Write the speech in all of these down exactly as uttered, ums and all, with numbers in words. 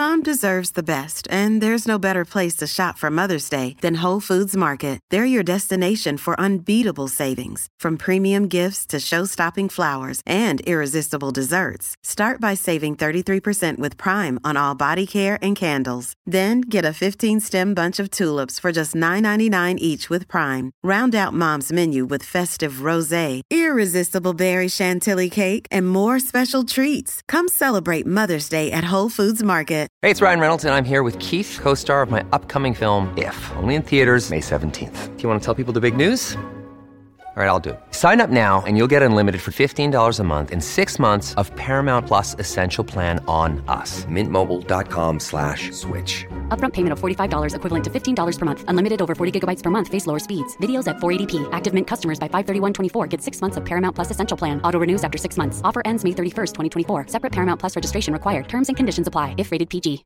Mom deserves the best, and there's no better place to shop for Mother's Day than Whole Foods Market. They're your destination for unbeatable savings, from premium gifts to show-stopping flowers and irresistible desserts. Start by saving thirty-three percent with Prime on all body care and candles. Then get a fifteen-stem bunch of tulips for just nine ninety-nine each with Prime. Round out Mom's menu with festive rosé, irresistible berry chantilly cake, and more special treats. Come celebrate Mother's Day at Whole Foods Market. Hey, it's Ryan Reynolds, and I'm here with Keith, co-star of my upcoming film, If, only in theaters May seventeenth. Do you want to tell people the big news? All right, I'll do it. Sign up now and you'll get unlimited for fifteen dollars a month and six months of Paramount Plus Essential Plan on us. Mint Mobile dot com slash switch. Upfront payment of forty-five dollars equivalent to fifteen dollars per month. Unlimited over forty gigabytes per month. Face lower speeds. Videos at four eighty p. Active Mint customers by five thirty-one twenty-four get six months of Paramount Plus Essential Plan. Auto renews after six months. Offer ends May thirty-first, twenty twenty-four. Separate Paramount Plus registration required. Terms and conditions apply if rated P G.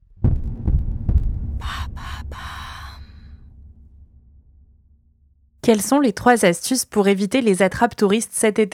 Quelles sont les trois astuces pour éviter les attrapes touristes cet été ?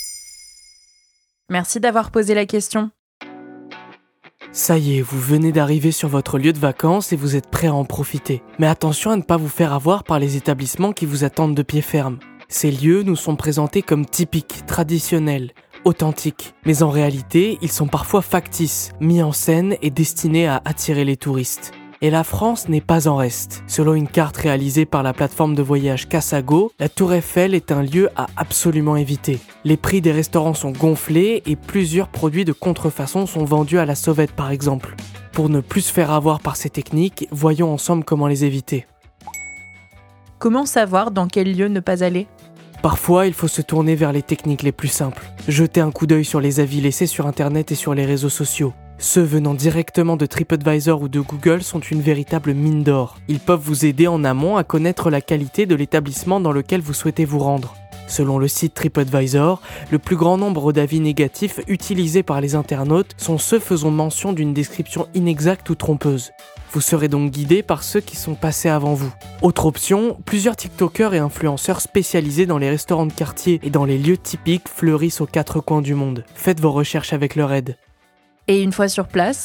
Merci d'avoir posé la question. Ça y est, vous venez d'arriver sur votre lieu de vacances et vous êtes prêt à en profiter. Mais attention à ne pas vous faire avoir par les établissements qui vous attendent de pied ferme. Ces lieux nous sont présentés comme typiques, traditionnels, authentiques. Mais en réalité, ils sont parfois factices, mis en scène et destinés à attirer les touristes. Et la France n'est pas en reste. Selon une carte réalisée par la plateforme de voyage Cassago, la Tour Eiffel est un lieu à absolument éviter. Les prix des restaurants sont gonflés et plusieurs produits de contrefaçon sont vendus à la sauvette par exemple. Pour ne plus se faire avoir par ces techniques, voyons ensemble comment les éviter. Comment savoir dans quel lieu ne pas aller ? Parfois, il faut se tourner vers les techniques les plus simples. Jeter un coup d'œil sur les avis laissés sur Internet et sur les réseaux sociaux. Ceux venant directement de TripAdvisor ou de Google sont une véritable mine d'or. Ils peuvent vous aider en amont à connaître la qualité de l'établissement dans lequel vous souhaitez vous rendre. Selon le site TripAdvisor, le plus grand nombre d'avis négatifs utilisés par les internautes sont ceux faisant mention d'une description inexacte ou trompeuse. Vous serez donc guidé par ceux qui sont passés avant vous. Autre option, plusieurs TikTokers et influenceurs spécialisés dans les restaurants de quartier et dans les lieux typiques fleurissent aux quatre coins du monde. Faites vos recherches avec leur aide. Et une fois sur place ?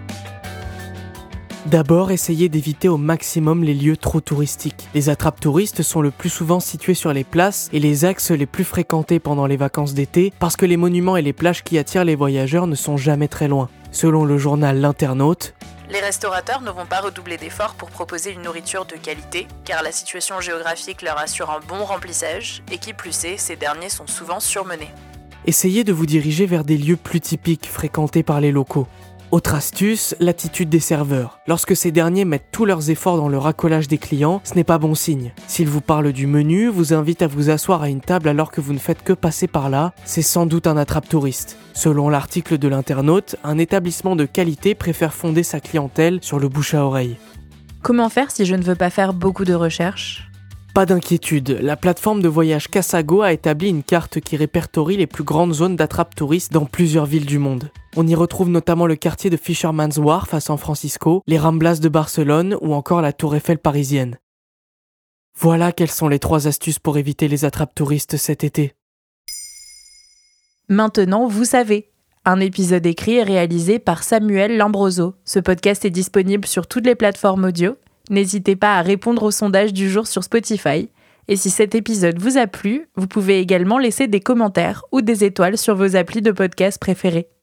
D'abord, essayez d'éviter au maximum les lieux trop touristiques. Les attrapes touristes sont le plus souvent situées sur les places et les axes les plus fréquentés pendant les vacances d'été parce que les monuments et les plages qui attirent les voyageurs ne sont jamais très loin. Selon le journal L'Internaute, les restaurateurs ne vont pas redoubler d'efforts pour proposer une nourriture de qualité, car la situation géographique leur assure un bon remplissage, et qui plus est, ces derniers sont souvent surmenés. Essayez de vous diriger vers des lieux plus typiques fréquentés par les locaux. Autre astuce, l'attitude des serveurs. Lorsque ces derniers mettent tous leurs efforts dans le racolage des clients, ce n'est pas bon signe. S'ils vous parlent du menu, vous invitent à vous asseoir à une table alors que vous ne faites que passer par là, c'est sans doute un attrape-touriste. Selon l'article de l'Internaute, un établissement de qualité préfère fonder sa clientèle sur le bouche à oreille. Comment faire si je ne veux pas faire beaucoup de recherches ? Pas d'inquiétude, la plateforme de voyage Cassago a établi une carte qui répertorie les plus grandes zones d'attrape touristes dans plusieurs villes du monde. On y retrouve notamment le quartier de Fisherman's Wharf à San Francisco, les Ramblas de Barcelone ou encore la Tour Eiffel parisienne. Voilà quelles sont les trois astuces pour éviter les attrapes touristes cet été. Maintenant, vous savez. Un épisode écrit et réalisé par Samuel Lambroso. Ce podcast est disponible sur toutes les plateformes audio. N'hésitez pas à répondre au sondage du jour sur Spotify. Et si cet épisode vous a plu, vous pouvez également laisser des commentaires ou des étoiles sur vos applis de podcast préférés.